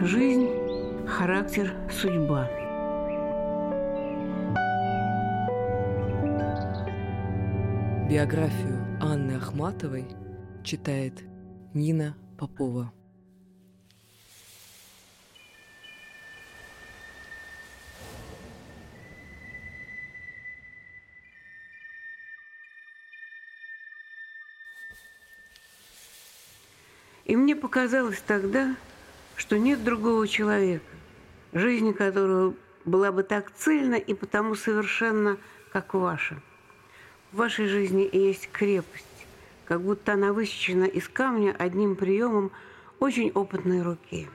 Жизнь, характер, судьба. Биографию Анны Ахматовой читает Нина Попова. И мне показалось тогда, что нет другого человека, жизнь которого была бы так цельна и потому совершенна, как ваша. В вашей жизни есть крепость, как будто она высечена из камня одним приемом очень опытной руки.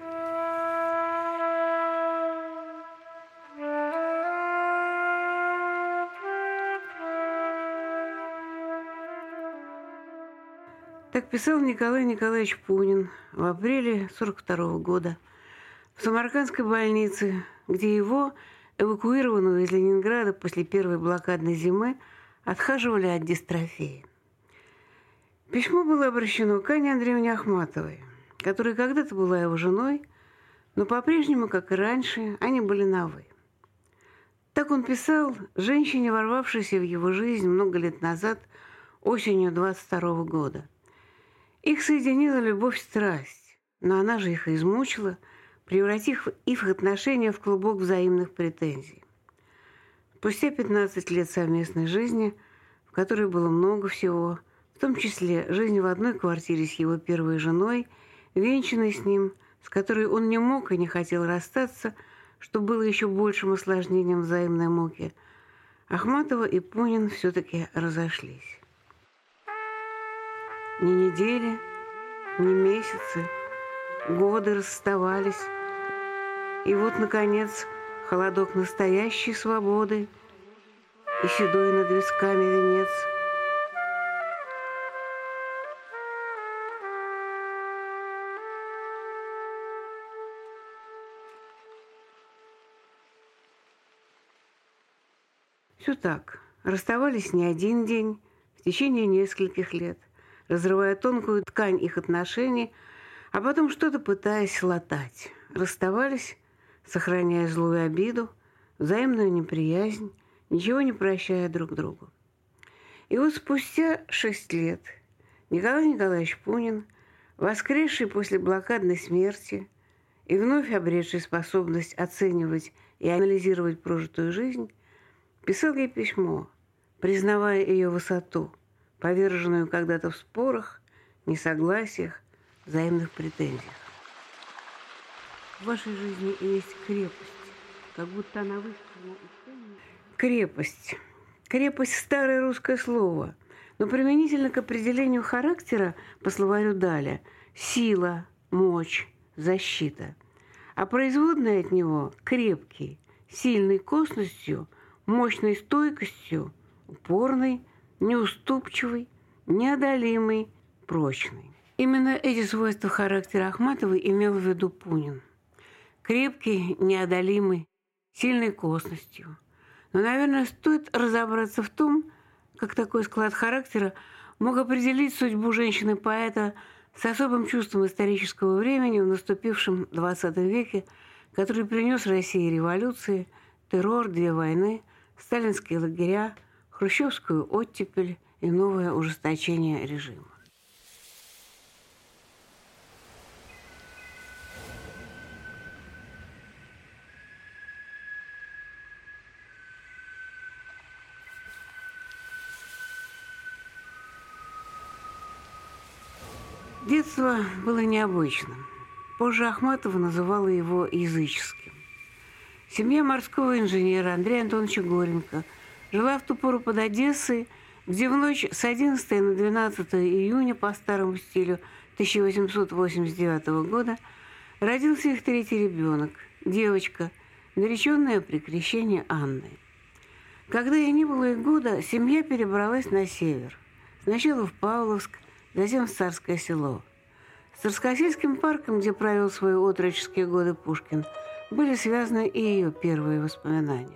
Так писал Николай Николаевич Пунин в апреле 1942 года в Самаркандской больнице, где его, эвакуированного из Ленинграда после первой блокадной зимы, отхаживали от дистрофии. Письмо было обращено к Анне Андреевне Ахматовой, которая когда-то была его женой, но по-прежнему, как и раньше, они были на «вы». Так он писал женщине, ворвавшейся в его жизнь много лет назад, осенью 1922 года. Их соединила любовь-страсть, но она же их измучила, превратив их отношения в клубок взаимных претензий. Спустя 15 лет совместной жизни, в которой было много всего, в том числе жизнь в одной квартире с его первой женой, венчанной с ним, с которой он не мог и не хотел расстаться, что было еще большим осложнением взаимной муки, Ахматова и Пунин все-таки разошлись. Ни недели, ни месяцы, годы расставались. И вот, наконец, холодок настоящей свободы и седой над висками венец. Все так. Расставались не один день, в течение нескольких лет, разрывая тонкую ткань их отношений, а потом что-то пытаясь латать. Расставались, сохраняя злую обиду, взаимную неприязнь, ничего не прощая друг другу. И вот спустя 6 лет Николай Николаевич Пунин, воскресший после блокадной смерти и вновь обретший способность оценивать и анализировать прожитую жизнь, писал ей письмо, признавая ее высоту, поверженную когда-то в спорах, несогласиях, взаимных претензиях. В вашей жизни есть крепость, как будто она высечена из камня. Крепость. Крепость – старое русское слово, но применительно к определению характера по словарю Даля – сила, мощь, защита. А производная от него – крепкий, сильный косностью, мощной стойкостью, упорный, неуступчивый, неодолимый, прочный. Именно эти свойства характера Ахматовой имел в виду Пунин. Крепкий, неодолимый, сильной косностью. Но, наверное, стоит разобраться в том, как такой склад характера мог определить судьбу женщины-поэта с особым чувством исторического времени в наступившем XX веке, который принес России революции, террор, 2 войны, сталинские лагеря, хрущевскую оттепель и новое ужесточение режима. Детство было необычным. Позже Ахматова называла его языческим. Семья морского инженера Андрея Антоновича Горенко жила в ту пору под Одессой, где в ночь с 11 на 12 июня по старому стилю 1889 года родился их 3-й ребенок, девочка, нареченная при крещении Анной. Когда ей не было и года, семья перебралась на север. Сначала в Павловск, затем в Царское Село. С Царскосельским парком, где провел свои отроческие годы Пушкин, были связаны и ее первые воспоминания.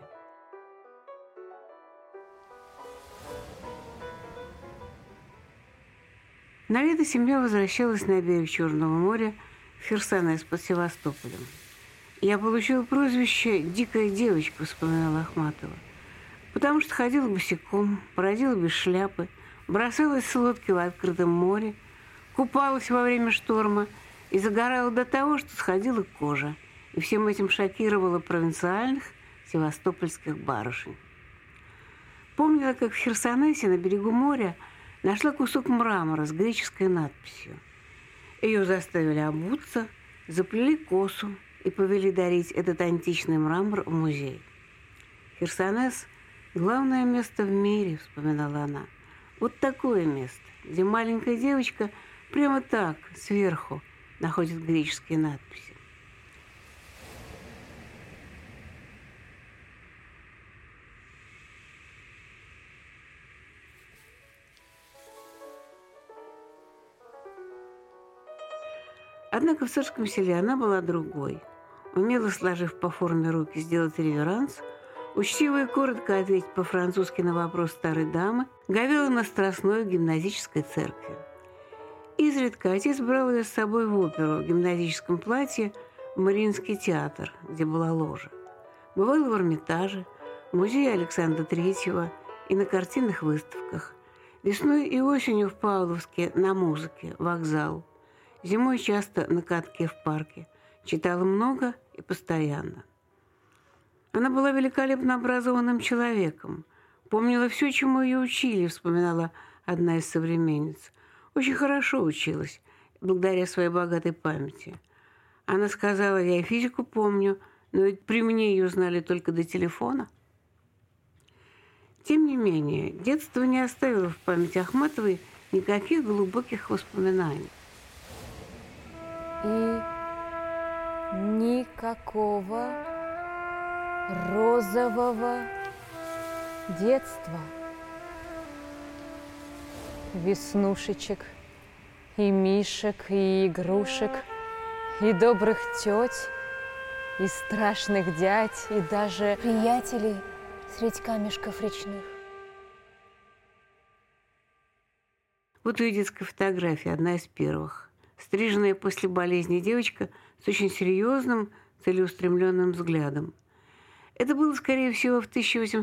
На лето семья возвращалась на берег Черного моря в Херсонес под Севастополем. «Я получила прозвище «Дикая девочка», — вспоминала Ахматова, потому что ходила босиком, бродила без шляпы, бросалась с лодки в открытом море, купалась во время шторма и загорала до того, что сходила кожа, и всем этим шокировала провинциальных севастопольских барышень. Помнила, как в Херсонесе на берегу моря нашла кусок мрамора с греческой надписью. Ее заставили обуться, заплели косу и повели дарить этот античный мрамор в музей. «Херсонес – главное место в мире», – вспоминала она. «Вот такое место, где маленькая девочка прямо так, сверху, находит греческие надписи». Однако в Царском Селе она была другой. Умело сложив по форме руки сделать реверанс, учтиво и коротко ответить по-французски на вопрос старой дамы, говела на Страстной гимназической церкви. Изредка отец брал ее с собой в оперу в гимназическом платье в Мариинский театр, где была ложа. Бывал в Эрмитаже, в музее Александра Третьего и на картинных выставках. Весной и осенью в Павловске на музыке, вокзал. Зимой часто на катке в парке. Читала много и постоянно. Она была великолепно образованным человеком. Помнила все, чему ее учили, вспоминала одна из современниц. Очень хорошо училась, благодаря своей богатой памяти. Она сказала: «Я и физику помню, но ведь при мне ее знали только до телефона». Тем не менее, детство не оставило в памяти Ахматовой никаких глубоких воспоминаний. И никакого розового детства, веснушечек, и мишек, и игрушек, и добрых теть, и страшных дядь, и даже приятелей средь камешков речных. Вот ее детская фотография, одна из первых. Стриженная после болезни девочка с очень серьезным, целеустремленным взглядом. Это было, скорее всего, в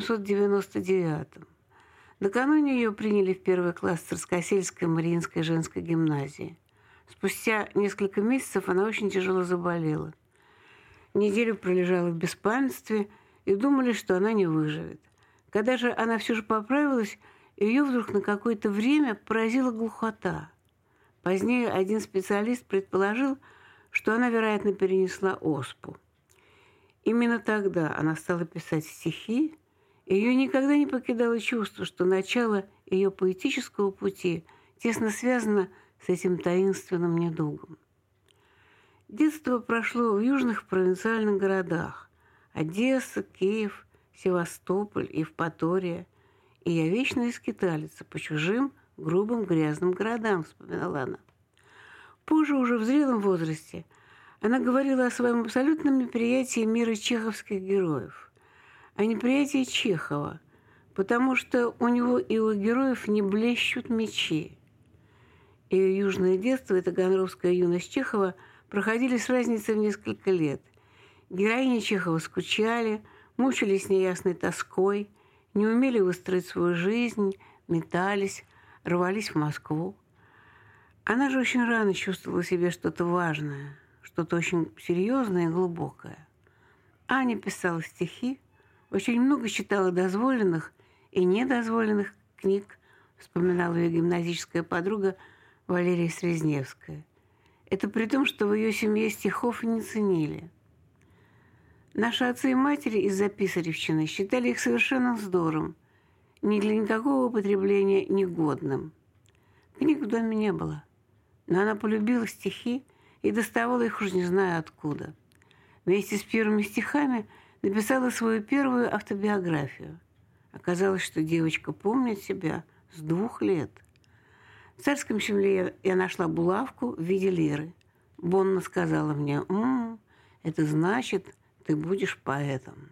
1899-м. Накануне ее приняли в первый класс Царскосельской Мариинской женской гимназии. Спустя несколько месяцев она очень тяжело заболела. Неделю пролежала в беспамятстве и думали, что она не выживет. Когда же она все же поправилась, ее вдруг на какое-то время поразила глухота. Позднее один специалист предположил, что она, вероятно, перенесла оспу. Именно тогда она стала писать стихи, и ее никогда не покидало чувство, что начало ее поэтического пути тесно связано с этим таинственным недугом. Детство прошло в южных провинциальных городах – Одесса, Киев, Севастополь, Евпатория. И я вечная скиталица по чужим, грубым, грязным городам, вспоминала она. Позже, уже в зрелом возрасте, она говорила о своем абсолютном неприятии мира чеховских героев, о неприятии Чехова, потому что у него и у героев не блещут мечи. Ее южное детство и таганровская юность Чехова проходили с разницей в несколько лет. Героини Чехова скучали, мучились неясной тоской, не умели выстроить свою жизнь, метались, рвались в Москву. Она же очень рано чувствовала в себе что-то важное, что-то очень серьезное и глубокое. Аня писала стихи, очень много читала дозволенных и недозволенных книг, вспоминала ее гимназическая подруга Валерия Срезневская. Это при том, что в ее семье стихов не ценили. Наши отцы и матери из-за писаревщины считали их совершенно вздором, ни для никакого употребления негодным. Книг в доме не было, но она полюбила стихи и доставала их уж не знаю откуда. Вместе с первыми стихами написала свою первую автобиографию. Оказалось, что девочка помнит себя с 2 лет. В Царском Селе я нашла булавку в виде лиры. Бонна сказала мне: это значит, ты будешь поэтом.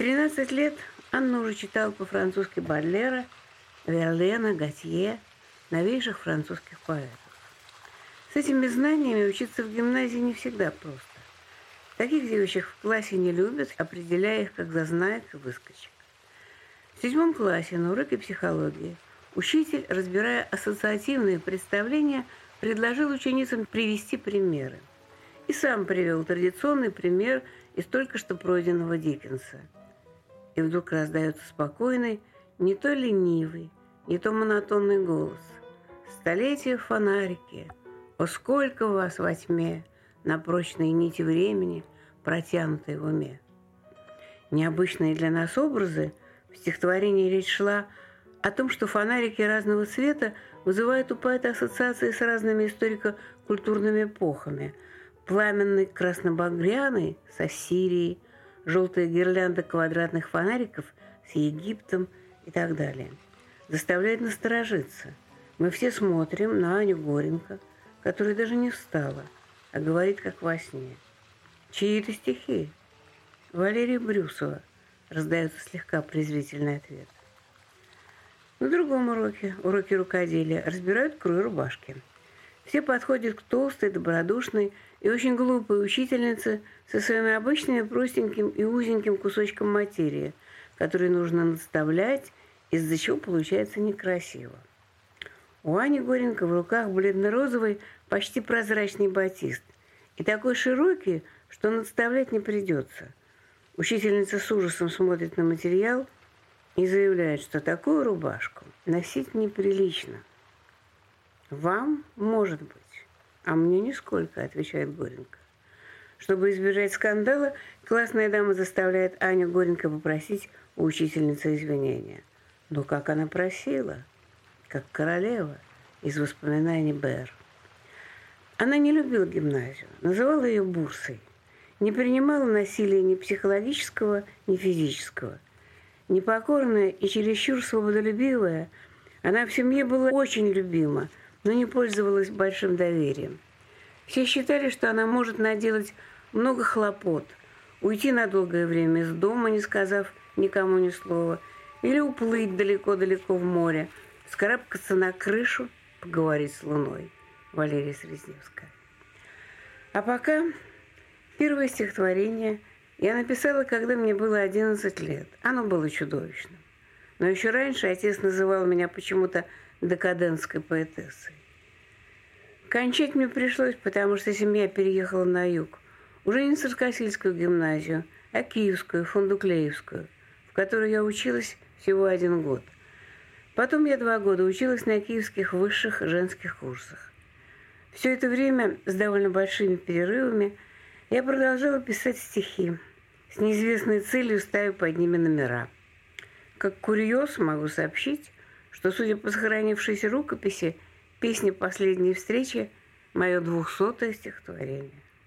13 лет Анна уже читала по-французски Бодлера, Верлена, Готье, новейших французских поэтов. С этими знаниями учиться в гимназии не всегда просто. Таких девочек в классе не любят, определяя их как зазнаек и выскочек. В 7 классе на уроке психологии учитель, разбирая ассоциативные представления, предложил ученицам привести примеры. И сам привел традиционный пример из только что пройденного Диккенса. И вдруг раздается спокойный, не то ленивый, не то монотонный голос. «Столетия в фонарике, о, сколько вас во тьме, на прочные нити времени, протянутые в уме». Необычные для нас образы в стихотворении речь шла о том, что фонарики разного цвета вызывают у поэта ассоциации с разными историко-культурными эпохами. Пламенный красно-багряный с Ассирией, желтая гирлянда квадратных фонариков с Египтом и так далее. Заставляет насторожиться. Мы все смотрим на Аню Горенко, которая даже не встала, а говорит, как во сне. «Чьи это стихи?» «Валерия Брюсова», — раздается слегка презрительный ответ. На другом уроке рукоделия, разбирают крой рубашки. Все подходят к толстой, добродушной и очень глупой учительнице со своими обычными простеньким и узеньким кусочком материи, который нужно наставлять, из-за чего получается некрасиво. У Ани Горенко в руках бледно-розовый, почти прозрачный батист, и такой широкий, что наставлять не придется. Учительница с ужасом смотрит на материал и заявляет, что такую рубашку носить неприлично. «Вам, может быть, а мне нисколько», — отвечает Горенко. Чтобы избежать скандала, классная дама заставляет Аню Горенко попросить у учительницы извинения. Но как она просила? Как королева из воспоминаний Бэр. Она не любила гимназию, называла ее бурсой, не принимала насилия ни психологического, ни физического. Непокорная и чересчур свободолюбивая, она в семье была очень любима, но не пользовалась большим доверием. Все считали, что она может наделать много хлопот, уйти на долгое время из дома, не сказав никому ни слова, или уплыть далеко-далеко в море, вскарабкаться на крышу, поговорить с луной. Валерия Срезневская. А пока первое стихотворение я написала, когда мне было 11 лет. Оно было чудовищным. Но еще раньше отец называл меня почему-то декадентской поэтессой. Кончать мне пришлось, потому что семья переехала на юг. Уже не Царскосельскую гимназию, а Киевскую, Фундуклеевскую, в которой я училась всего 1 год. Потом я 2 года училась на киевских высших женских курсах. Все это время с довольно большими перерывами я продолжала писать стихи, с неизвестной целью ставя под ними номера. Как курьез могу сообщить, что, судя по сохранившейся рукописи, песня «Последней встречи» – мое 200-е стихотворение.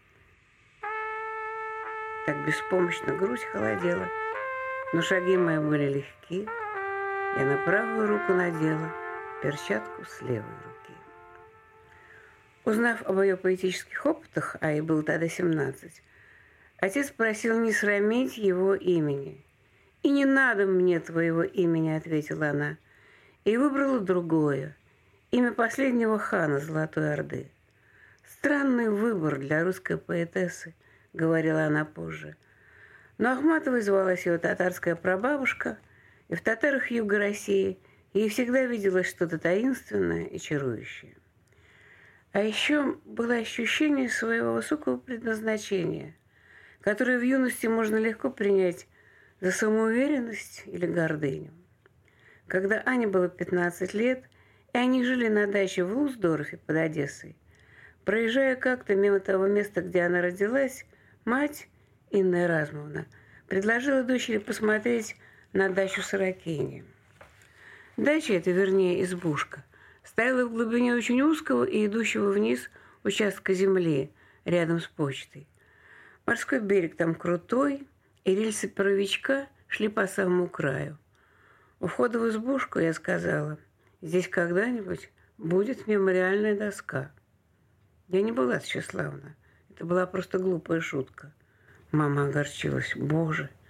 Так беспомощно грудь холодела, но шаги мои были легки. Я на правую руку надела перчатку с левой руки. Узнав об ее поэтических опытах, а ей было тогда 17, отец просил не срамить его имени. «И не надо мне твоего имени», — ответила она, и выбрала другое, имя последнего хана Золотой Орды. «Странный выбор для русской поэтессы», — говорила она позже. Но Ахматовой звалась ее татарская прабабушка, и в татарах юга России ей всегда виделось что-то таинственное и чарующее. А еще было ощущение своего высокого предназначения, которое в юности можно легко принять за самоуверенность или гордыню. Когда Ане было 15 лет, и они жили на даче в Лусдорфе под Одессой, проезжая как-то мимо того места, где она родилась, мать, Инна Эразмовна, предложила дочери посмотреть на дачу Сорокини. Дача эта, вернее, избушка, стояла в глубине очень узкого и идущего вниз участка земли, рядом с почтой. Морской берег там крутой, и рельсы паровичка шли по самому краю. У входа в избушку я сказала: «Здесь когда-нибудь будет мемориальная доска». Я не была тщеславна. Это была просто глупая шутка. Мама огорчилась. «Боже,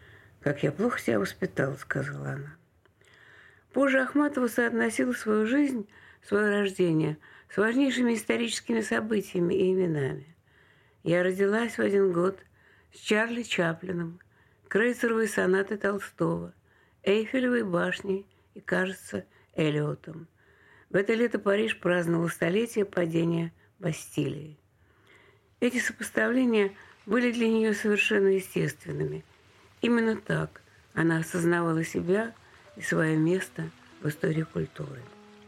«Как я плохо себя воспитала», — сказала она. Позже Ахматова соотносила свою жизнь, свое рождение с важнейшими историческими событиями и именами. «Я родилась в один год с Чарли Чаплином, крейцеровой сонаты Толстого, Эйфелевой башней и, кажется, Эллиотом. В это лето Париж праздновал столетие падения Бастилии». Эти сопоставления были для нее совершенно естественными. Именно так она осознавала себя и свое место в истории культуры.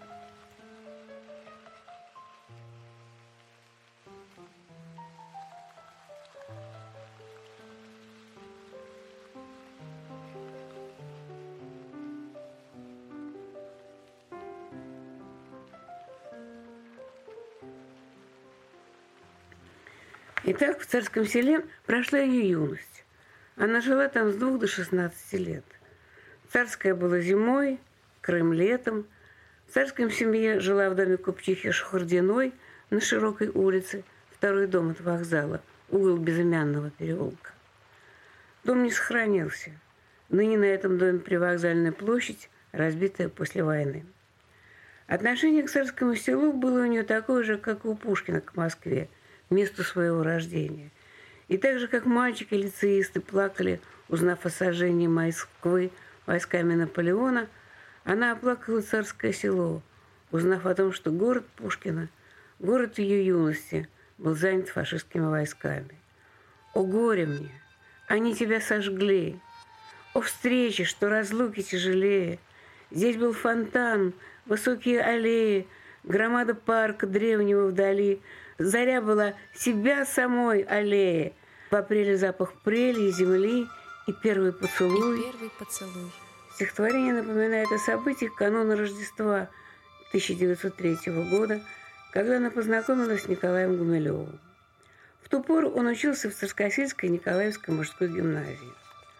Итак, в Царском Селе прошла ее юность. Она жила там с 2 до 16 лет. Царская была зимой, Крым летом. В царском семье жила в доме купчихи Шухардиной на Широкой улице, второй дом от вокзала, угол Безымянного переулка. Дом не сохранился. Ныне на этом доме привокзальная площадь, разбитая после войны. Отношение к Царскому Селу было у нее такое же, как и у Пушкина к Москве, месту своего рождения. И так же, как мальчики-лицеисты плакали, узнав о сожжении Москвы войсками Наполеона, она оплакала Царское Село, узнав о том, что город Пушкина, город ее юности, был занят фашистскими войсками. «О горе мне! Они тебя сожгли! О встрече, что разлуки тяжелее! Здесь был фонтан, высокие аллеи, громада парка древнего вдали. Заря была себя самой аллея. В апреле запах прели, земли и первый поцелуй». Стихотворение напоминает о событиях кануна Рождества 1903 года, когда она познакомилась с Николаем Гумилевым. В ту пору он учился в Царскосельской Николаевской мужской гимназии.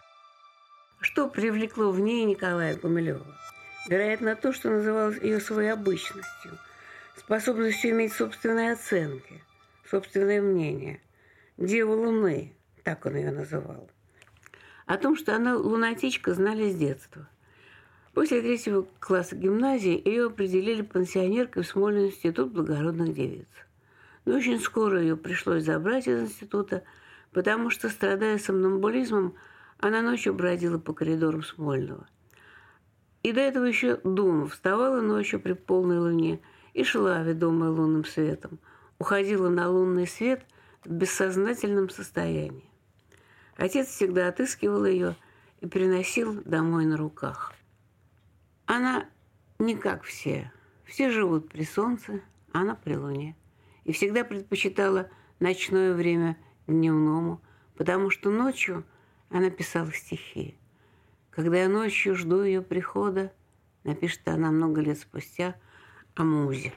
Что привлекло в ней Николая Гумилева? Вероятно, то, что называлось ее своеобычностью, способностью иметь собственные оценки, собственное мнение. «Дева Луны», так он ее называл. О том, что она лунатичка, знали с детства. После 3 класса гимназии ее определили пансионеркой в Смольный институт благородных девиц. Но очень скоро ее пришлось забрать из института, потому что, страдая сомнамбулизмом, она ночью бродила по коридорам Смольного. И до этого еще дома вставала ночью при полной луне и шла, ведомая лунным светом, уходила на лунный свет в бессознательном состоянии. Отец всегда отыскивал ее и приносил домой на руках. Она не как все. Все живут при солнце, а она при луне. И всегда предпочитала ночное время дневному, потому что ночью она писала стихи. «Когда я ночью жду ее прихода», напишет она много лет спустя о музе.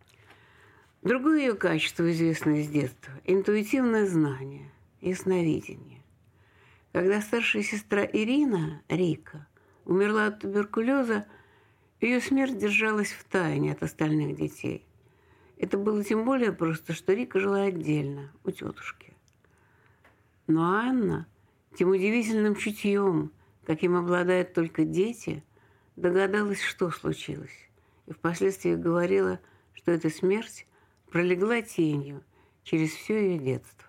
Другое ее качество, известное с детства – интуитивное знание, ясновидение. Когда старшая сестра Ирина, Рика, умерла от туберкулеза, ее смерть держалась в тайне от остальных детей. Это было тем более просто, что Рика жила отдельно, у тетушки. Но Анна, тем удивительным чутьем, каким обладают только дети, догадалась, что случилось, и впоследствии говорила, что эта смерть пролегла тенью через все ее детство.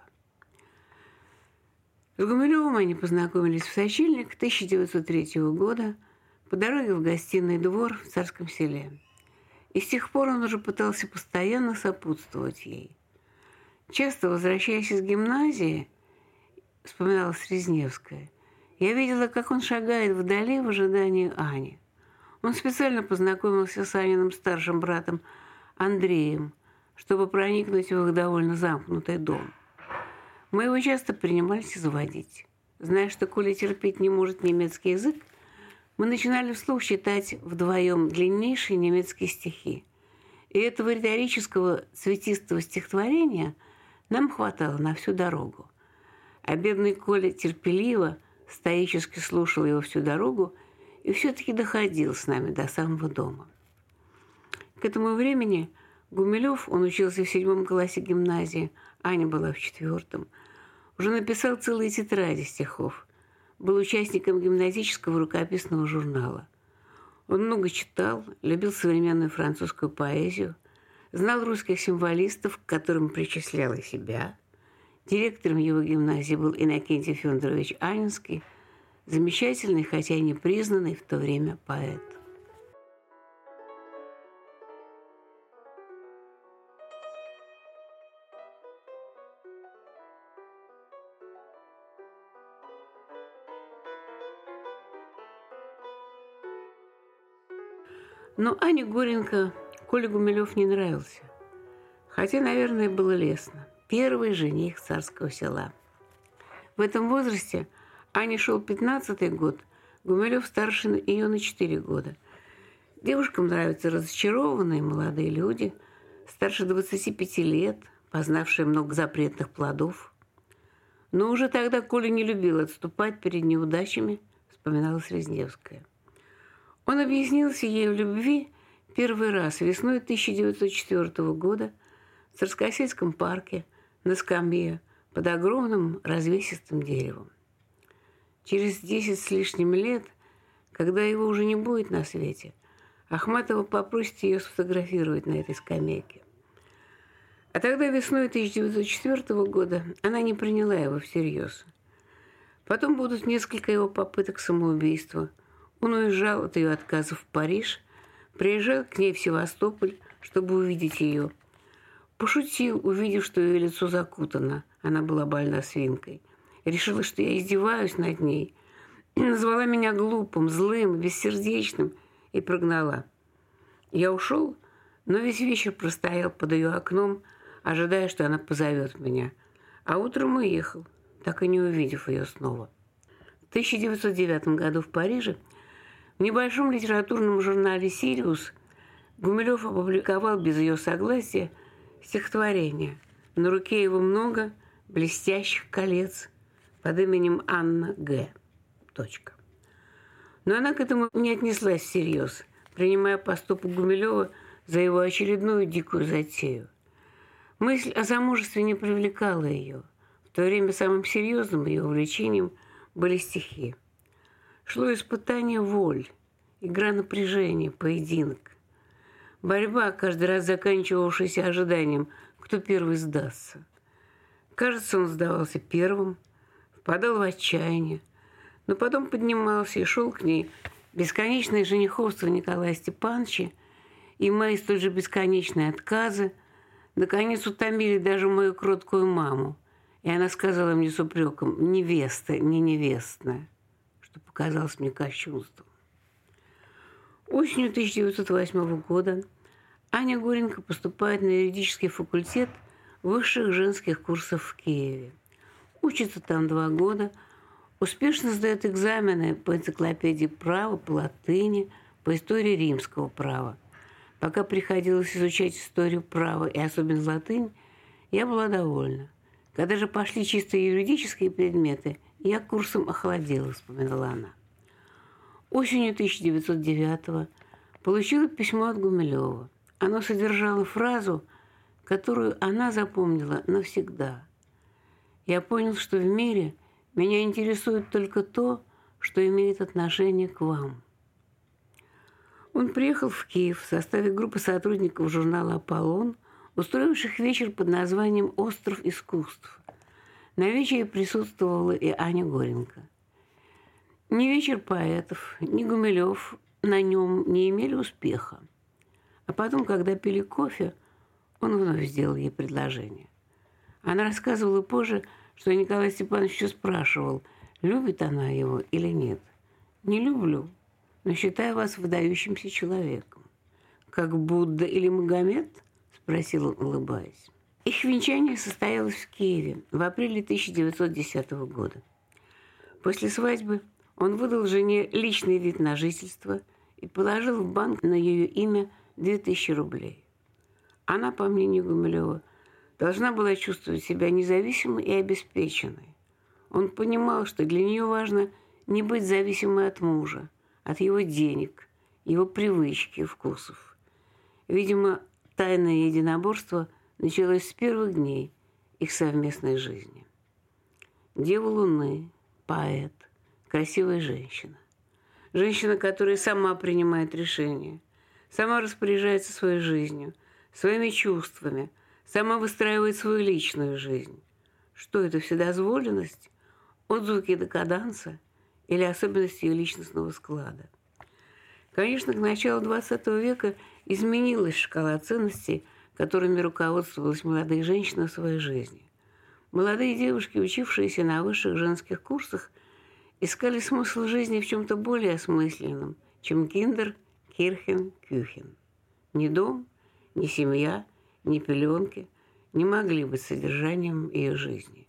С Гумилевым они познакомились в сочельник 1903 года по дороге в гостиный двор в Царском Селе. И с тех пор он уже пытался постоянно сопутствовать ей. Часто, возвращаясь из гимназии, вспоминала Срезневская, я видела, как он шагает вдали в ожидании Ани. Он специально познакомился с Аниным старшим братом Андреем, чтобы проникнуть в их довольно замкнутый дом. Мы его часто принимались заводить. Зная, что Коля терпеть не может немецкий язык, мы начинали вслух читать вдвоем длиннейшие немецкие стихи. И этого риторического цветистого стихотворения нам хватало на всю дорогу. А бедный Коля терпеливо, стоически слушал его всю дорогу и все-таки доходил с нами до самого дома. К этому времени Гумилев, он учился в 7 классе гимназии, Аня была в 4, уже написал целые тетради стихов. был участником гимназического рукописного журнала. Он много читал, любил современную французскую поэзию, знал русских символистов, к которым причислял и себя. Директором его гимназии был Иннокентий Фёдорович Анинский, замечательный, хотя и не признанный в то время поэт. Но Ане Горенко Коля Гумилёв не нравился. Хотя, наверное, было лестно. Первый жених Царского Села. В этом возрасте Ане шел 15-й год, Гумилёв старше ее на 4 года. Девушкам нравятся разочарованные молодые люди, старше 25 лет, познавшие много запретных плодов. Но уже тогда Коля не любил отступать перед неудачами, вспоминала Срезневская. Он объяснился ей в любви первый раз весной 1904 года в Царскосельском парке на скамье под огромным развесистым деревом. Через 10 с лишним лет, когда его уже не будет на свете, Ахматова попросит ее сфотографировать на этой скамейке. А тогда весной 1904 года она не приняла его всерьез. Потом будут несколько его попыток самоубийства. Он уезжал от ее отказов в Париж, приезжал к ней в Севастополь, чтобы увидеть ее. Пошутил, увидев, что ее лицо закутано. Она была больна свинкой. Решила, что я издеваюсь над ней. Назвала меня глупым, злым, бессердечным и прогнала. Я ушел, но весь вечер простоял под ее окном, ожидая, что она позовет меня. А утром уехал, так и не увидев ее снова. В 1909 году в Париже в небольшом литературном журнале «Сириус» Гумилёв опубликовал без ее согласия стихотворение. На руке его много блестящих колец под именем Анна Г. Но она к этому не отнеслась всерьез, принимая поступок Гумилёва за его очередную дикую затею. Мысль о замужестве не привлекала ее. В то время самым серьезным ее увлечением были стихи. Шло испытание воль, игра напряжения, поединок. Борьба, каждый раз заканчивавшаяся ожиданием, кто первый сдастся. Кажется, он сдавался первым, впадал в отчаяние, но потом поднимался и шел к ней. Бесконечное жениховство Николая Степановича и мои столь же бесконечные отказы наконец утомили даже мою кроткую маму. И она сказала мне с упреком: «Невеста, не невестная», что показалось мне кощунством. Осенью 1908 года Аня Горенко поступает на юридический факультет высших женских курсов в Киеве. Учится там 2 года, успешно сдает экзамены по энциклопедии права, по латыни, по истории римского права. Пока приходилось изучать историю права и особенно латынь, я была довольна. Когда же пошли чисто юридические предметы, я курсом охладела, вспоминала она. Осенью 1909 получила письмо от Гумилёва. Оно содержало фразу, которую она запомнила навсегда. «Я понял, что в мире меня интересует только то, что имеет отношение к вам». Он приехал в Киев в составе группы сотрудников журнала «Аполлон», устроивших вечер под названием «Остров искусств». На вечере присутствовала и Аня Горенко. Ни вечер поэтов, ни Гумилёв на нем не имели успеха. А потом, когда пили кофе, он вновь сделал ей предложение. Она рассказывала позже, что Николай Степанович еще спрашивал, любит она его или нет. «Не люблю, но считаю вас выдающимся человеком». «Как Будда или Магомед?» – спросил он, улыбаясь. Их венчание состоялось в Киеве в апреле 1910 года. После свадьбы он выдал жене личный вид на жительство и положил в банк на ее имя 2000 рублей. Она, по мнению Гумилёва, должна была чувствовать себя независимой и обеспеченной. Он понимал, что для нее важно не быть зависимой от мужа, от его денег, его привычки и вкусов. Видимо, тайное единоборство началось с первых дней их совместной жизни. Дева Луны, поэт, красивая женщина. Женщина, которая сама принимает решения, сама распоряжается своей жизнью, своими чувствами, сама выстраивает свою личную жизнь. Что это, вседозволенность, отзвуки декаданса или особенности ее личностного склада? Конечно, к началу XX века изменилась шкала ценностей, которыми руководствовались молодые женщины в своей жизни. Молодые девушки, учившиеся на высших женских курсах, искали смысл жизни в чем-то более осмысленном, чем киндер, кирхен, кюхен. Ни дом, ни семья, ни пеленки не могли быть содержанием ее жизни.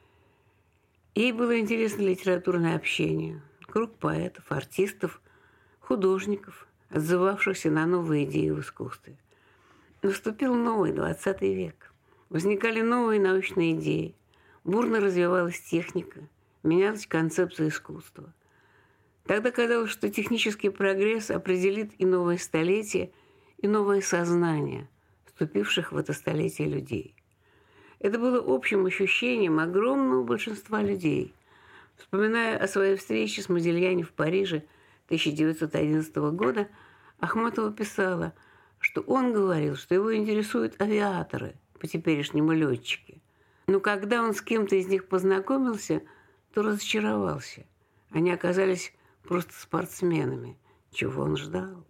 Ей было интересно литературное общение, круг поэтов, артистов, художников, отзывавшихся на новые идеи в искусстве. Наступил новый 20 век. Возникали новые научные идеи. Бурно развивалась техника, менялась концепция искусства. Тогда казалось, что технический прогресс определит и новое столетие, и новое сознание вступивших в это столетие людей. Это было общим ощущением огромного большинства людей. Вспоминая о своей встрече с Модильяни в Париже 1911 года, Ахматова писала, что он говорил, что его интересуют авиаторы, по-теперешнему летчики. Но когда он с кем-то из них познакомился, то разочаровался. Они оказались просто спортсменами. Чего он ждал?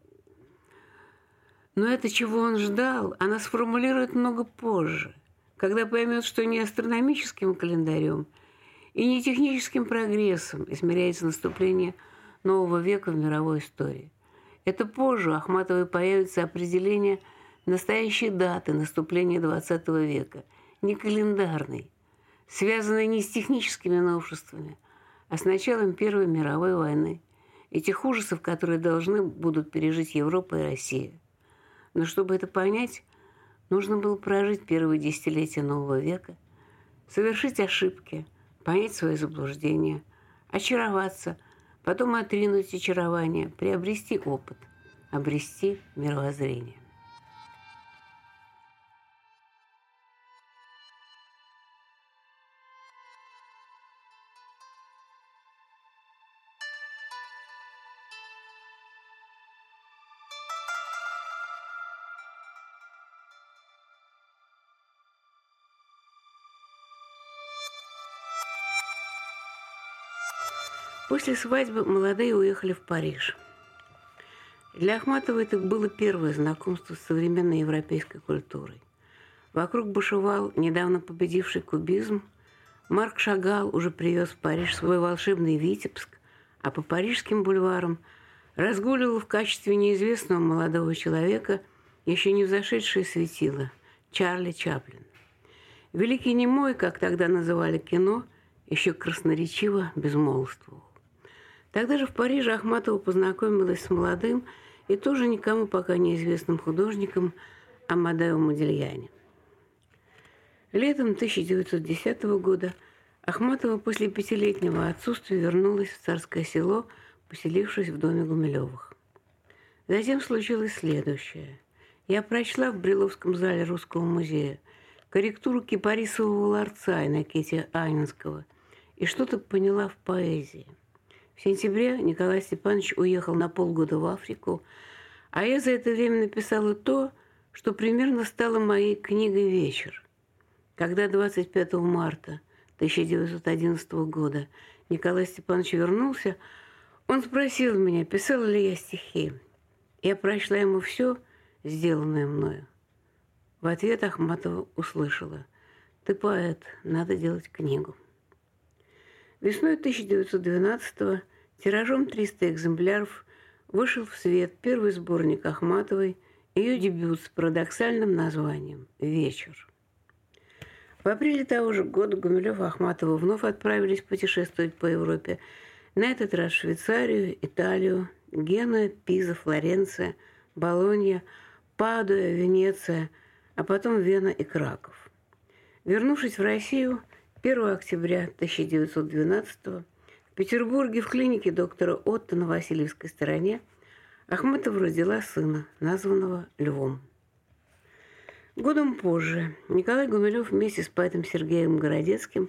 Но это, чего он ждал, она сформулирует много позже, когда поймет, что не астрономическим календарем и не техническим прогрессом измеряется наступление нового века в мировой истории. Это позже у Ахматовой появится определение настоящей даты наступления XX века, не календарной, связанной не с техническими новшествами, а с началом Первой мировой войны и тех ужасов, которые должны будут пережить Европа и Россия. Но чтобы это понять, нужно было прожить первые десятилетия нового века, совершить ошибки, понять свои заблуждения, очароваться, потом отринуть очарование, приобрести опыт, обрести мировоззрение. После свадьбы молодые уехали в Париж. Для Ахматовой это было первое знакомство с современной европейской культурой. Вокруг бушевал недавно победивший кубизм. Марк Шагал уже привез в Париж свой волшебный Витебск, а по парижским бульварам разгуливал в качестве неизвестного молодого человека еще не взошедшее светило Чарли Чаплин. Великий немой, как тогда называли кино, еще красноречиво безмолвствовал. Тогда же в Париже Ахматова познакомилась с молодым и тоже никому пока неизвестным художником Амадео Модильяни. Летом 1910 года Ахматова после 5-летнего отсутствия вернулась в Царское Село, поселившись в доме Гумилевых. Затем случилось следующее. Я прочла в Бриловском зале Русского музея корректуру Кипарисового ларца Иннокентия Анинского и что-то поняла в поэзии. В сентябре Николай Степанович уехал на полгода в Африку, а я за это время написала то, что примерно стало моей книгой «Вечер». Когда 25 марта 1911 года Николай Степанович вернулся, он спросил меня, писала ли я стихи. Я прочла ему все, сделанное мною. В ответ Ахматова услышала: «Ты поэт, надо делать книгу». Весной 1912-го тиражом 300 экземпляров вышел в свет первый сборник Ахматовой, ее дебют с парадоксальным названием «Вечер». В апреле того же года Гумилев и Ахматова вновь отправились путешествовать по Европе, на этот раз в Швейцарию, Италию, Генуя, Пиза, Флоренция, Болонья, Падуя, Венеция, а потом Вена и Краков. Вернувшись в Россию 1 октября 1912 в Петербурге в клинике доктора Отто на Васильевской стороне Ахматова родила сына, названного Львом. Годом позже Николай Гумилев вместе с поэтом Сергеем Городецким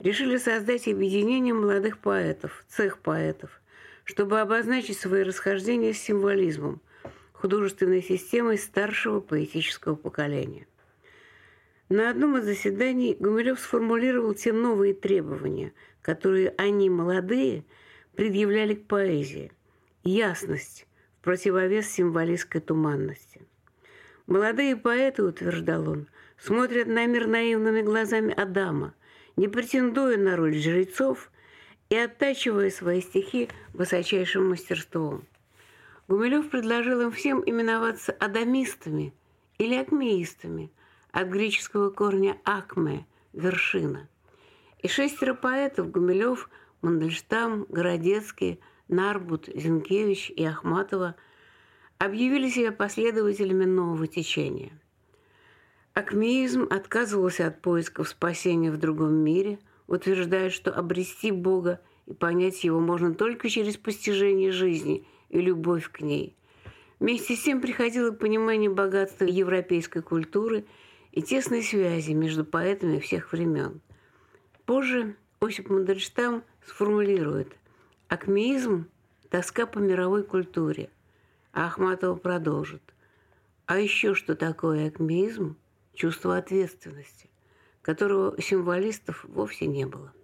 решили создать объединение молодых поэтов, цех поэтов, чтобы обозначить свои расхождения с символизмом, художественной системой старшего поэтического поколения. На одном из заседаний Гумилев сформулировал те новые требования, которые они, молодые, предъявляли к поэзии. Ясность в противовес символистской туманности. Молодые поэты, утверждал он, смотрят на мир наивными глазами Адама, не претендуя на роль жрецов и оттачивая свои стихи высочайшим мастерством. Гумилев предложил им всем именоваться адамистами или акмеистами, от греческого корня «акме» – «вершина». И 6 поэтов – Гумилев, Мандельштам, Городецкий, Нарбут, Зинкевич и Ахматова – объявили себя последователями нового течения. Акмеизм отказывался от поисков спасения в другом мире, утверждая, что обрести Бога и понять Его можно только через постижение жизни и любовь к ней. Вместе с тем приходило понимание богатства европейской культуры и тесной связи между поэтами всех времен. Позже Осип Мандельштам сформулирует: акмеизм – тоска по мировой культуре, а Ахматова продолжит: а еще что такое акмеизм? Чувство ответственности, которого у символистов вовсе не было.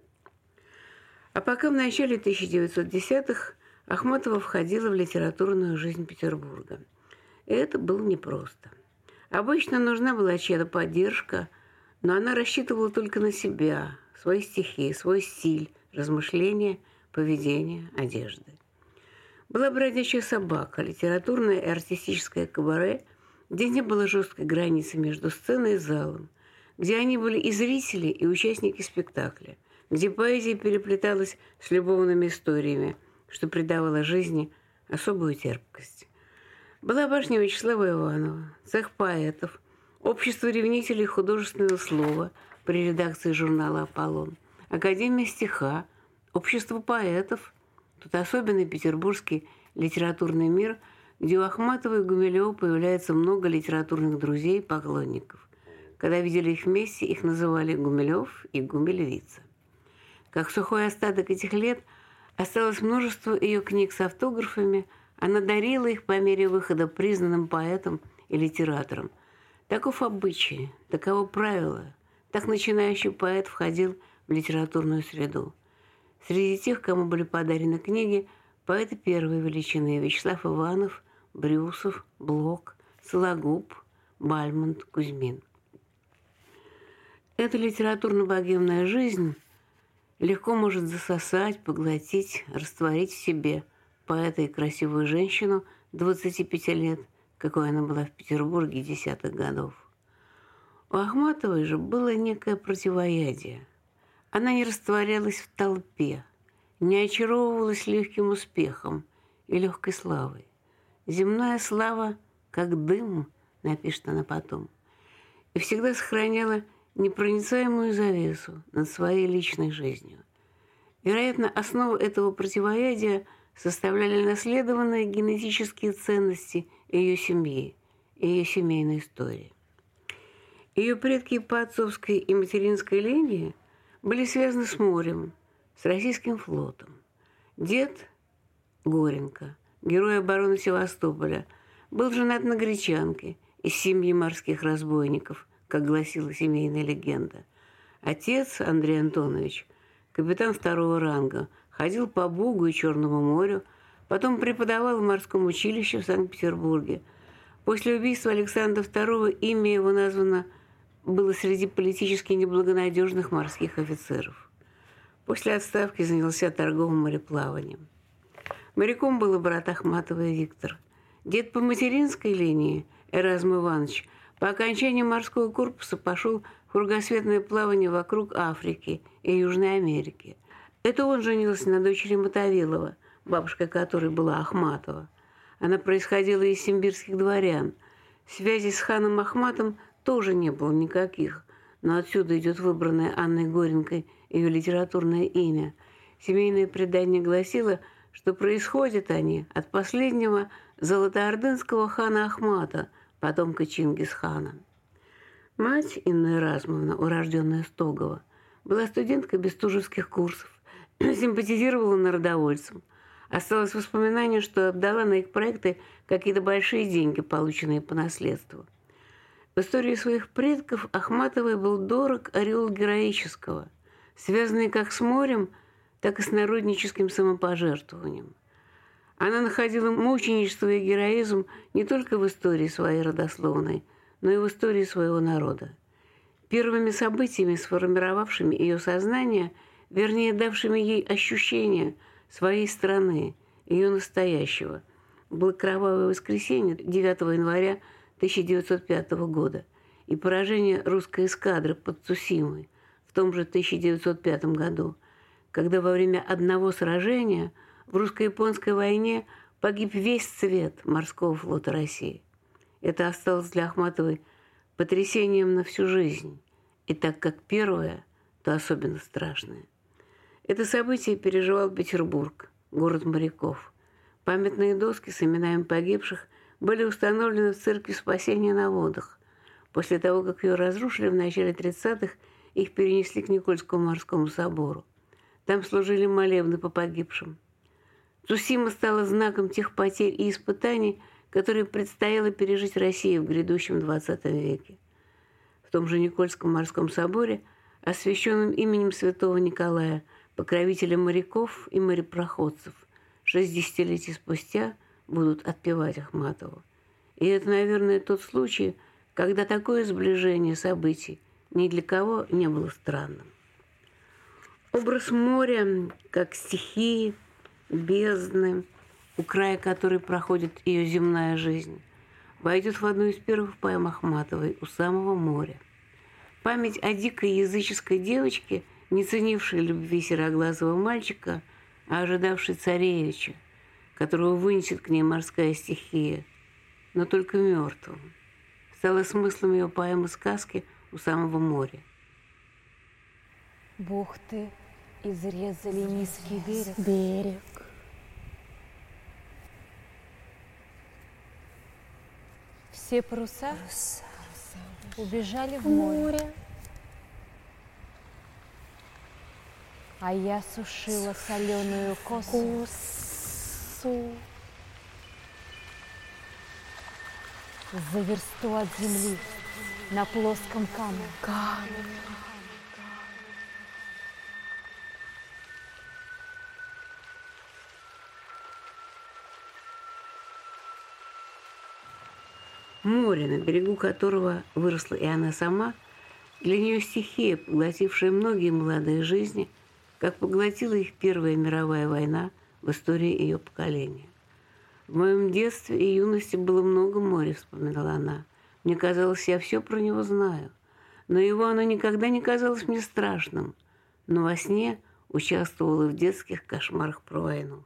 А пока в начале 1910-х Ахматова входила в литературную жизнь Петербурга. И это было непросто. Обычно нужна была чья-то поддержка, но она рассчитывала только на себя, свои стихи, свой стиль, размышления, поведение, одежды. Была бродячая собака, литературное и артистическое кабаре, где не было жесткой границы между сценой и залом, где они были и зрители, и участники спектакля, где поэзия переплеталась с любовными историями, что придавало жизни особую терпкость. Была башня Вячеслава Иванова, цех поэтов, общество ревнителей художественного слова при редакции журнала «Аполлон», Академия стиха, общество поэтов, тут особенный петербургский литературный мир, где у Ахматова и Гумилева появляется много литературных друзей и поклонников. Когда видели их вместе, их называли Гумилев и Гумилевица. Как сухой остаток этих лет осталось множество ее книг с автографами, она дарила их по мере выхода признанным поэтам и литераторам. Таков обычай, таково правило. Так начинающий поэт входил в литературную среду. Среди тех, кому были подарены книги, поэты первой величины: Вячеслав Иванов, Брюсов, Блок, Сологуб, Бальмонт, Кузьмин. Эта литературно-богемная жизнь легко может засосать, поглотить, растворить в себе поэта и красивую женщину 25 лет, какой она была в Петербурге 10-х годов. У Ахматовой же было некое противоядие. Она не растворялась в толпе, не очаровывалась легким успехом и легкой славой. «Земная слава, как дым», напишет она потом, и всегда сохраняла непроницаемую завесу над своей личной жизнью. Вероятно, основу этого противоядия составляли наследованные генетические ценности ее семьи и ее семейной истории. Ее предки по отцовской и материнской линии были связаны с морем, с российским флотом. Дед Горенко, герой обороны Севастополя, был женат на гречанке из семьи морских разбойников, как гласила семейная легенда. Отец, Андрей Антонович, капитан 2-го ранга, ходил по Бугу и Черному морю, потом преподавал в морском училище в Санкт-Петербурге. После убийства Александра II имя его названо было среди политически неблагонадежных морских офицеров. После отставки занялся торговым мореплаванием. Моряком был и брат Ахматова Виктор. Дед по материнской линии, Эразм Иванович, по окончании морского корпуса пошел в кругосветное плавание вокруг Африки и Южной Америки. Это он женился на дочери Мотовилова, бабушка которой была Ахматова. Она происходила из симбирских дворян. Связей с ханом Ахматом тоже не было никаких, но отсюда идет выбранное Анной Горенкой ее литературное имя. Семейное предание гласило, что происходят они от последнего золотоордынского хана Ахмата, потомка Чингисхана. Мать Инна Эразмовна, урожденная Стогова, Была студенткой бестужевских курсов, симпатизировала народовольцам. Осталось воспоминание, что отдала на их проекты какие-то большие деньги, полученные по наследству. В истории своих предков Ахматовой был дорог ореол героического, связанный как с морем, так и с народническим самопожертвованием. Она находила мученичество и героизм не только в истории своей родословной, но и в истории своего народа. Первыми событиями, сформировавшими ее сознание, вернее, давшими ей ощущение своей страны, ее настоящего, было кровавое воскресенье 9 января 1905 года и поражение русской эскадры под Цусимой в том же 1905 году, когда во время одного сражения в русско-японской войне погиб весь цвет морского флота России. Это осталось для Ахматовой потрясением на всю жизнь, и так как первое, то особенно страшное. Это событие переживал Петербург, город моряков. Памятные доски с именами погибших были установлены в церкви Спасения на водах. После того, как ее разрушили в начале 30-х, их перенесли к Никольскому морскому собору. Там служили молебны по погибшим. Цусима стала знаком тех потерь и испытаний, которые предстояло пережить России в грядущем XX веке. В том же Никольском морском соборе, освященном именем святого Николая, покровителя моряков и морепроходцев, 6 десятилетий спустя будут отпевать Ахматову. И это, наверное, тот случай, когда такое сближение событий ни для кого не было странным. Образ моря как стихии, бездны, у края которой проходит ее земная жизнь, войдет в одну из первых поэм Ахматовой «У самого моря». Память о дикой языческой девочке, не ценившей любви сероглазого мальчика, а ожидавшей царевича, которого вынесет к ней морская стихия, но только мертвым, стала смыслом ее поэмы-сказки «У самого моря». Бухты изрезали низкий берег. Все паруса убежали в море, а я сушила соленую косу. За версту от земли на плоском камне. Море, на берегу которого выросла и она сама, для нее стихия, поглотившая многие молодые жизни, как поглотила их Первая мировая война в истории ее поколения. «В моем детстве и юности было много моря», — вспоминала она. «Мне казалось, я все про него знаю. Но его оно никогда не казалось мне страшным. Но во сне участвовала в детских кошмарах про войну».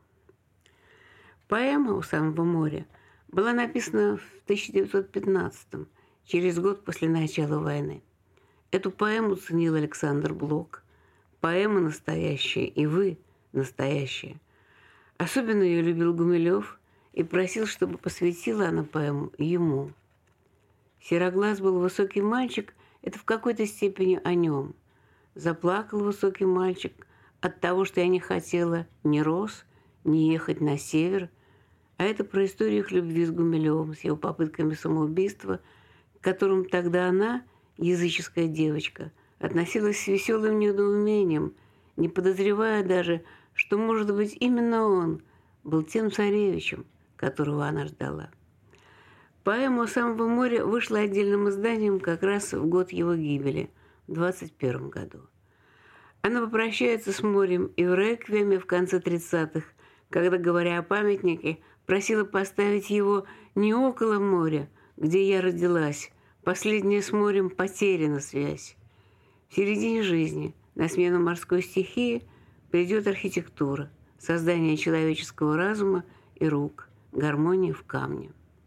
Поэма «У самого моря» была написана в 1915-м, через год после начала войны. Эту поэму ценил Александр Блок. Поэма настоящая, и вы настоящие. Особенно ее любил Гумилев и просил, чтобы посвятила она поэму ему. «Сероглаз был высокий мальчик» — это в какой-то степени о нем. Заплакал высокий мальчик от того, что я не хотела ни рос, ни ехать на север. А это про историю их любви с Гумилевым, с его попытками самоубийства, к которым тогда она, языческая девочка, относилась с веселым недоумением, не подозревая даже, что, может быть, именно он был тем царевичем, которого она ждала. Поэма «У самого моря» вышла отдельным изданием как раз в год его гибели, в 1921 году. Она попрощается с морем и в реквиеме в конце 30-х, когда, говоря о памятнике, просила поставить его не около моря, где я родилась, последняя с морем потеряна связь. В середине жизни на смену морской стихии придет архитектура, создание человеческого разума и рук, гармония в камне.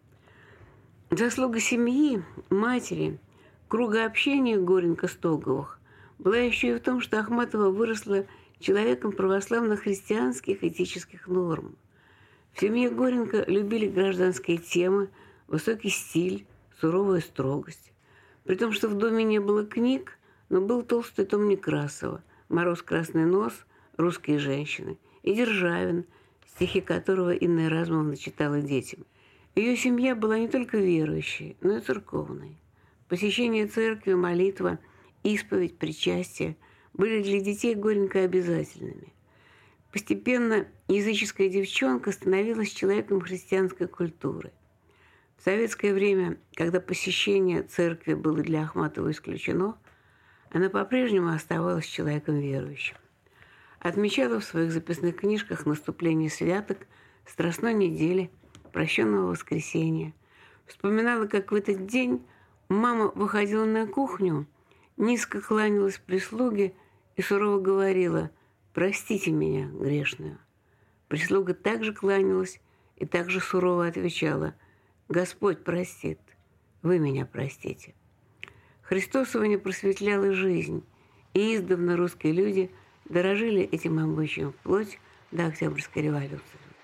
Заслуга семьи, матери, круга общения Горенко-Стоговых была еще и в том, что Ахматова выросла человеком православно-христианских этических норм. В семье Горенко любили гражданские темы, высокий стиль, суровая строгость. При том, что в доме не было книг, Но был толстый том Некрасова, «Мороз, красный нос», «Русские женщины» и Державин, стихи которого Инна Эразмовна читала детям. Ее семья была не только верующей, но и церковной. Посещение церкви, молитва, исповедь, причастие были для детей горенько обязательными. Постепенно языческая девчонка становилась человеком христианской культуры. В советское время, когда посещение церкви было для Ахматовой исключено, она по-прежнему оставалась человеком верующим. Отмечала в своих записных книжках наступление святок, Страстной недели, Прощенного воскресенья. Вспоминала, как в этот день мама выходила на кухню, низко кланялась прислуге и сурово говорила: «Простите меня, грешную». Прислуга также кланялась и также сурово отвечала: «Господь простит, вы меня простите». Христосование просветляло жизнь, и издавна русские люди дорожили этим обычаем вплоть до Октябрьской революции.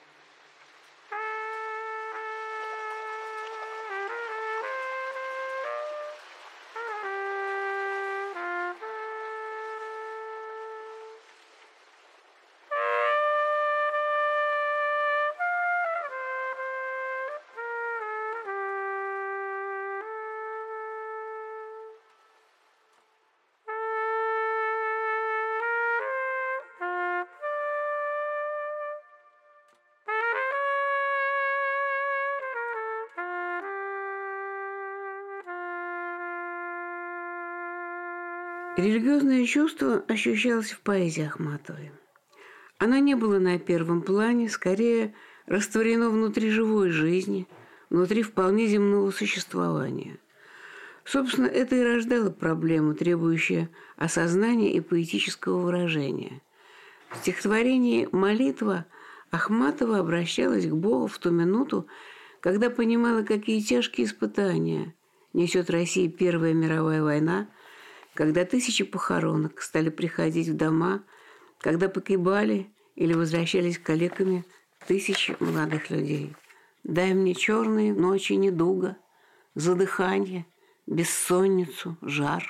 Религиозное чувство ощущалось в поэзии Ахматовой. Оно не было на первом плане, скорее растворено внутри живой жизни, внутри вполне земного существования. Собственно, это и рождало проблему, требующую осознания и поэтического выражения. В стихотворении «Молитва» Ахматова обращалась к Богу в ту минуту, когда понимала, какие тяжкие испытания несет России Первая мировая война, когда тысячи похоронок стали приходить в дома, когда погибали или возвращались калеками тысячи молодых людей. Дай мне черные ночи недуга, задыхание, бессонницу, жар.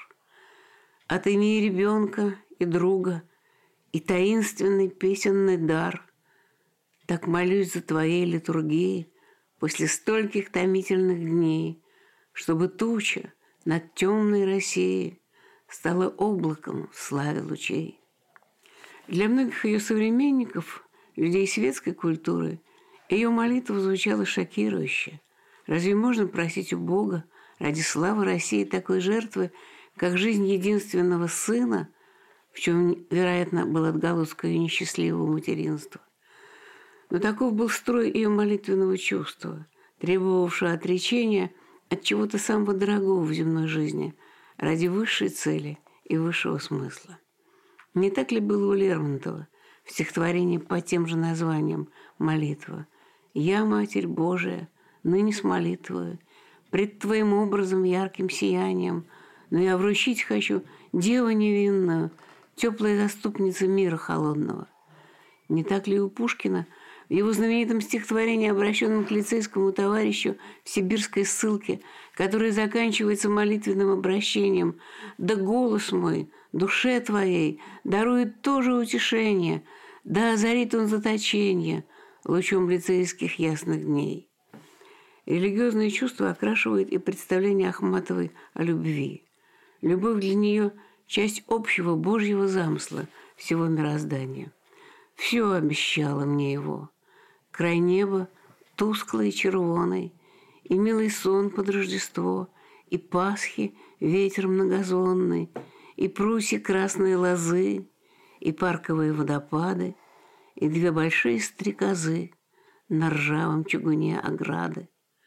Отыми ребенка и друга, и таинственный песенный дар. Так молюсь за твоей литургией после стольких томительных дней, чтобы туча над темной Россией стала облаком в славе лучей. Для многих ее современников, людей светской культуры, ее молитва звучала шокирующе. Разве можно просить у Бога ради славы России такой жертвы, как жизнь единственного сына, в чем, вероятно, был отголосок ее несчастливого материнства? Но таков был строй ее молитвенного чувства, требовавшего отречения от чего-то самого дорогого в земной жизни – ради высшей цели и высшего смысла. Не так ли было у Лермонтова в стихотворении по тем же названиям «Молитва»? «Я, Матерь Божия, ныне с молитвою, пред Твоим образом ярким сиянием, но я вручить хочу Деву невинную, теплой заступницы мира холодного». Не так ли у Пушкина в его знаменитом стихотворении, обращенном к лицейскому товарищу в сибирской ссылке, которое заканчивается молитвенным обращением: «Да голос мой, душе твоей, дарует тоже утешение, да озарит он заточение лучом лицейских ясных дней». Религиозное чувство окрашивает и представление Ахматовой о любви. Любовь для нее – часть общего Божьего замысла всего мироздания. Все обещало мне его. Край неба тусклый и червоный, и милый сон под Рождество, и Пасхи ветер многозвонный, и прусья красные лозы, и парковые водопады, и две большие стрекозы на ржавом чугуне ограды.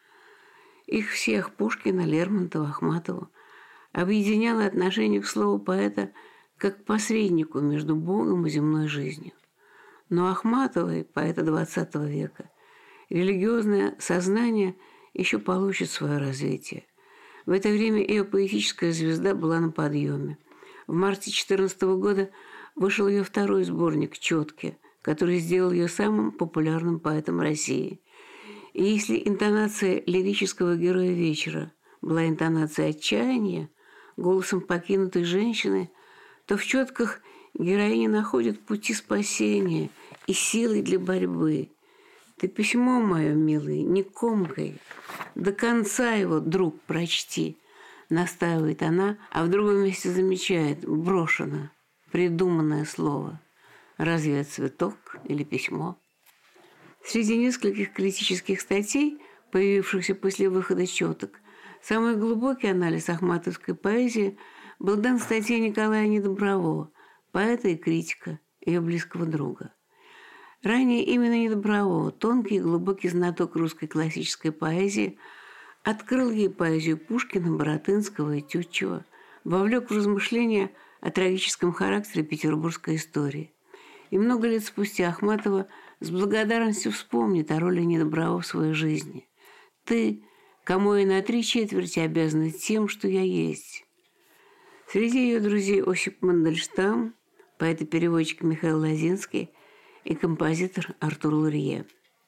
Их всех, Пушкина, Лермонтова, Ахматову, объединяло отношение к слову поэта как к посреднику между Богом и земной жизнью. Но Ахматовой, поэта XX века, религиозное сознание еще получит свое развитие. В это время ее поэтическая звезда была на подъеме. В марте 2014 года вышел ее второй сборник «Четки», который сделал ее самым популярным поэтом России. И если интонация лирического героя вечера была интонацией отчаяния, голосом покинутой женщины, то в четках героиня находит пути спасения и силы для борьбы. «Ты письмо мое, милый, не комкой, до конца его, друг, прочти», настаивает она, а в другом месте замечает: брошено, придуманное слово. Разве это цветок или письмо? Среди нескольких критических статей, появившихся после выхода «Четок», самый глубокий анализ ахматовской поэзии был дан статье Николая Недобрового, поэта и критика, ее близкого друга. Ранее именно Недобрового, тонкий и глубокий знаток русской классической поэзии, открыл ей поэзию Пушкина, Баратынского и Тютчева, вовлек в размышления о трагическом характере петербургской истории. И много лет спустя Ахматова с благодарностью вспомнит о роли Недобрового в своей жизни. «Ты, кому я на 3/4 обязана тем, что я есть». Среди ее друзей Осип Мандельштам, поэт и переводчик Михаил Лозинский и композитор Артур Лурье.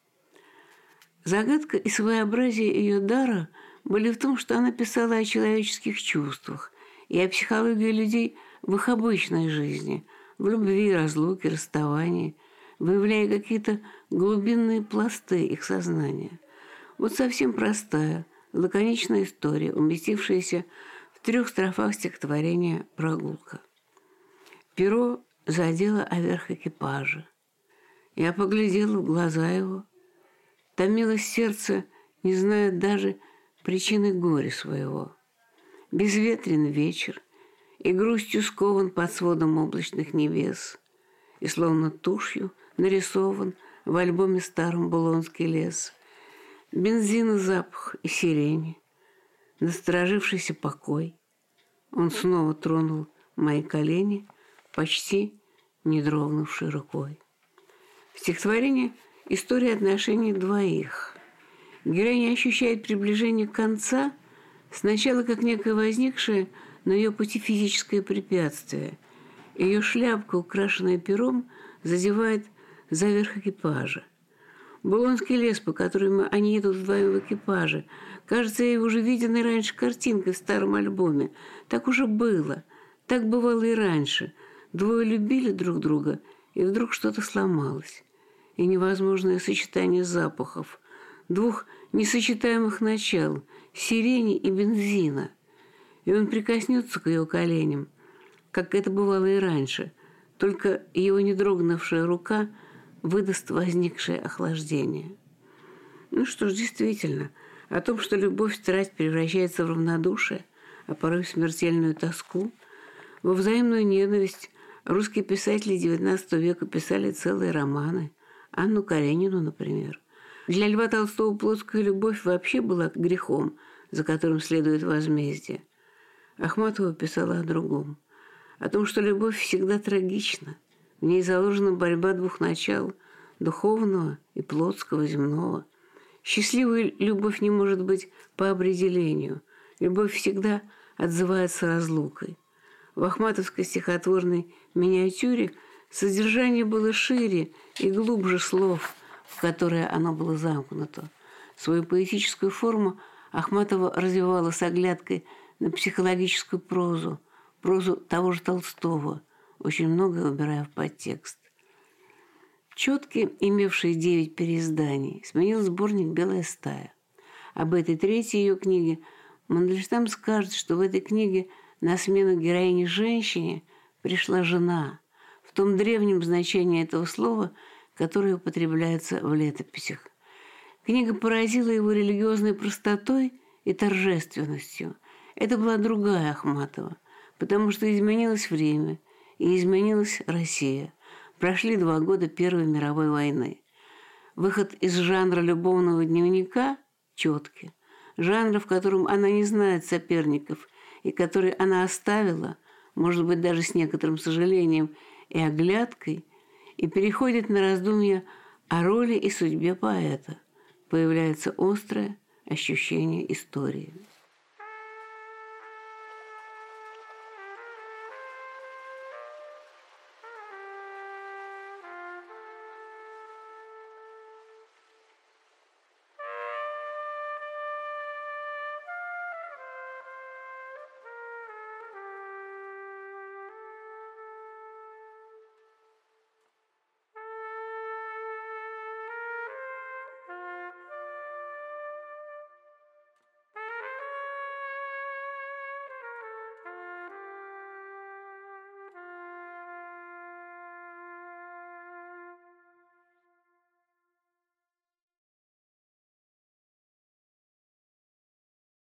Загадка и своеобразие ее дара были в том, что она писала о человеческих чувствах и о психологии людей в их обычной жизни, в любви, разлуке, расставании, выявляя какие-то глубинные пласты их сознания. Вот совсем простая, лаконичная история, уместившаяся в 3 строфах стихотворения «Прогулка». Перо задело о верх экипажа. Я поглядела в глаза его, томилось сердце, не зная даже причины горя своего. Безветрен вечер, и грустью скован под сводом облачных небес, и словно тушью нарисован в альбоме старом булонский лес. Бензина запах и сирени, насторожившийся покой. Он снова тронул мои колени, почти не дрогнувшей рукой. В стихотворении история отношений двоих. Героиня ощущает приближение конца сначала как некое возникшее на ее пути физическое препятствие. Ее шляпка, украшенная пером, задевает за верх экипажа. Булонский лес, по которому они едут вдвоем в экипаже, кажется ей уже виденной раньше картинкой в старом альбоме. Так уже было. Так бывало и раньше. Двое любили друг друга, и вдруг что-то сломалось. И невозможное сочетание запахов, 2 несочетаемых начал – сирени и бензина. И он прикоснется к ее коленям, как это бывало и раньше, только его не дрогнувшая рука выдаст возникшее охлаждение. Ну что ж, действительно, о том, что любовь, страсть превращается в равнодушие, а порой в смертельную тоску, во взаимную ненависть, русские писатели XIX века писали целые романы. Анну Каренину, например. Для Льва Толстого плотская любовь вообще была грехом, за которым следует возмездие. Ахматова писала о другом. О том, что любовь всегда трагична. В ней заложена борьба 2 начал – духовного и плотского, земного. Счастливая любовь не может быть по определению. Любовь всегда отзывается разлукой. В ахматовской стихотворной миниатюре содержание было шире и глубже слов, в которые оно было замкнуто. Свою поэтическую форму Ахматова развивала с оглядкой на психологическую прозу того же Толстого, очень многое убирая в подтекст. «Четки», имевшие 9 переизданий, сменил сборник «Белая стая». Об этой 3-й ее книге Мандельштам скажет, что в этой книге на смену героине-женщине пришла жена, в том древнем значении этого слова, которое употребляется в летописях. Книга поразила его религиозной простотой и торжественностью. Это была другая Ахматова, потому что изменилось время и изменилась Россия. Прошли 2 года Первой мировой войны. Выход из жанра любовного дневника «Четки», жанра, в котором она не знает соперников и который она оставила, может быть, даже с некоторым сожалением и оглядкой, и переходит на раздумья о роли и судьбе поэта. Появляется острое ощущение истории.